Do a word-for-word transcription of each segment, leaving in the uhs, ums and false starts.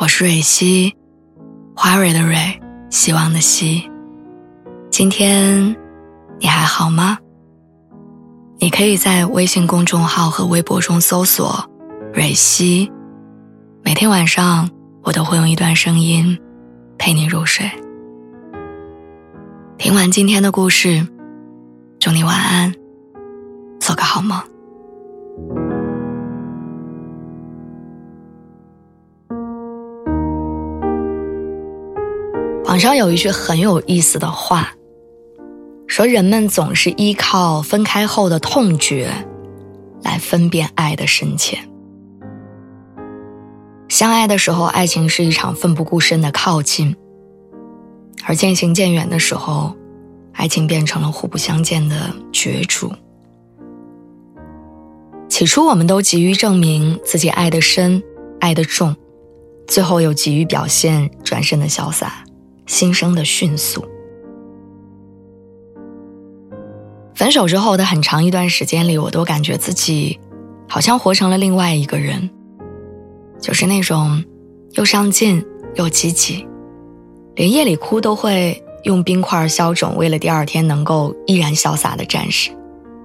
我是蕊希，花蕊的蕊，希望的希。今天你还好吗？你可以在微信公众号和微博中搜索蕊希，每天晚上我都会用一段声音陪你入睡。听完今天的故事，祝你晚安，做个好梦。网上有一句很有意思的话，说人们总是依靠分开后的痛觉来分辨爱的深浅。相爱的时候，爱情是一场奋不顾身的靠近，而渐行渐远的时候，爱情变成了互不相见的角逐。起初我们都急于证明自己爱得深，爱得重，最后又急于表现转身的潇洒，心生的迅速。分手之后的很长一段时间里，我都感觉自己好像活成了另外一个人，就是那种又上进又积极，连夜里哭都会用冰块消肿，为了第二天能够依然潇洒的战士。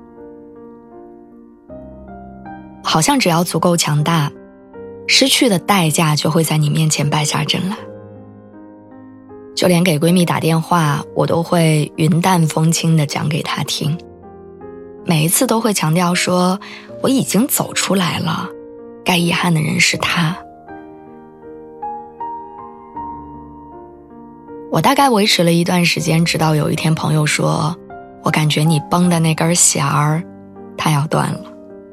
好像只要足够强大，失去的代价就会在你面前败下阵来。就连给闺蜜打电话，我都会云淡风轻地讲给她听，每一次都会强调说我已经走出来了，该遗憾的人是她。我大概维持了一段时间，直到有一天朋友说，我感觉你绷的那根弦儿它要断了。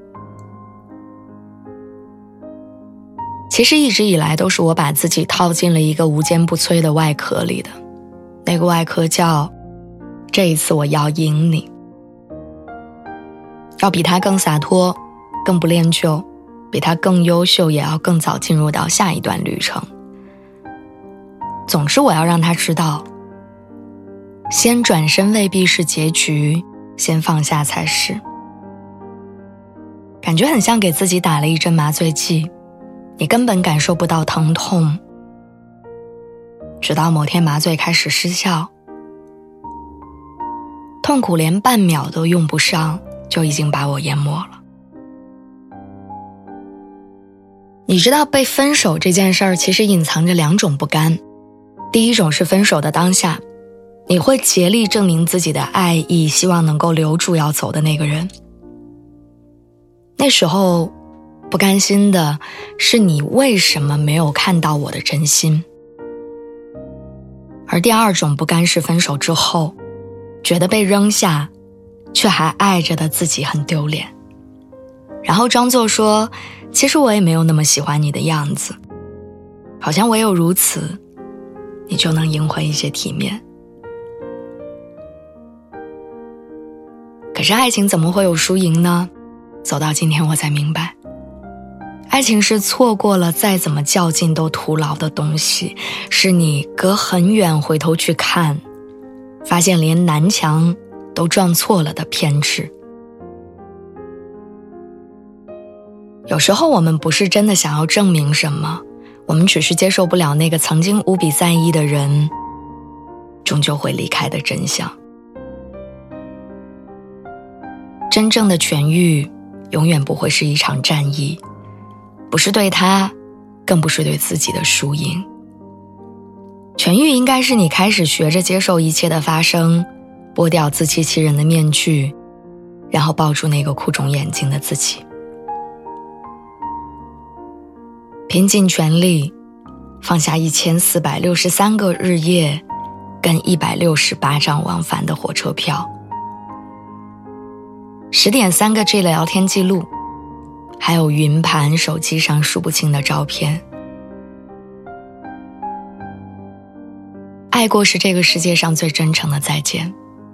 其实一直以来都是我把自己套进了一个无坚不摧的外壳里的，那个外壳叫这一次我要赢你，要比他更洒脱，更不恋旧，比他更优秀，也要更早进入到下一段旅程。总之我要让他知道，先转身未必是结局，先放下才是。感觉很像给自己打了一针麻醉剂，你根本感受不到疼痛，直到某天麻醉开始失效，痛苦连半秒都用不上，就已经把我淹没了。你知道被分手这件事儿其实隐藏着两种不甘。第一种是分手的当下，你会竭力证明自己的爱意，希望能够留住要走的那个人。那时候不甘心的是你为什么没有看到我的真心。而第二种不甘是分手之后，觉得被扔下却还爱着的自己很丢脸，然后装作说其实我也没有那么喜欢你的样子，好像唯有如此你就能赢回一些体面。可是爱情怎么会有输赢呢？走到今天我才明白，爱情是错过了再怎么较劲都徒劳的东西，是你隔很远回头去看，发现连南墙都撞错了的偏执。有时候我们不是真的想要证明什么，我们只是接受不了那个曾经无比在意的人终究会离开的真相。真正的痊愈永远不会是一场战役，不是对他，更不是对自己的输赢。痊愈应该是你开始学着接受一切的发生，剥掉自欺欺人的面具，然后抱住那个哭肿眼睛的自己，拼尽全力放下一千四百六十三个日夜跟一百六十八张往返的火车票，十点三个 G 的聊天记录，还有云盘手机上数不清的照片。爱过是这个世界上最真诚的再见。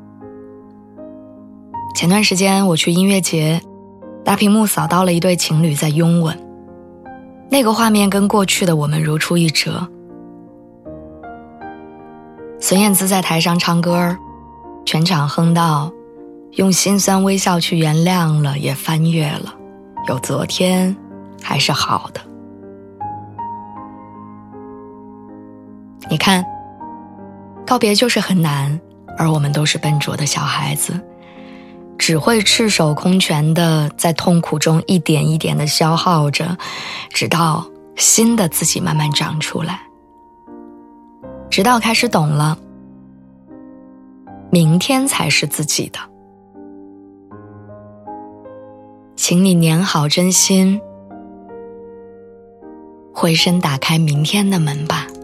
前段时间我去音乐节，大屏幕扫到了一对情侣在拥吻，那个画面跟过去的我们如出一辙。孙燕姿在台上唱歌，全场哼到用心酸微笑去原谅了，也翻越了，有昨天还是好的。 你看，告别就是很难，而我们都是笨拙的小孩子，只会赤手空拳地在痛苦中一点一点地消耗着，直到新的自己慢慢长出来，直到开始懂了，明天才是自己的。请你捻好真心，回身打开明天的门吧。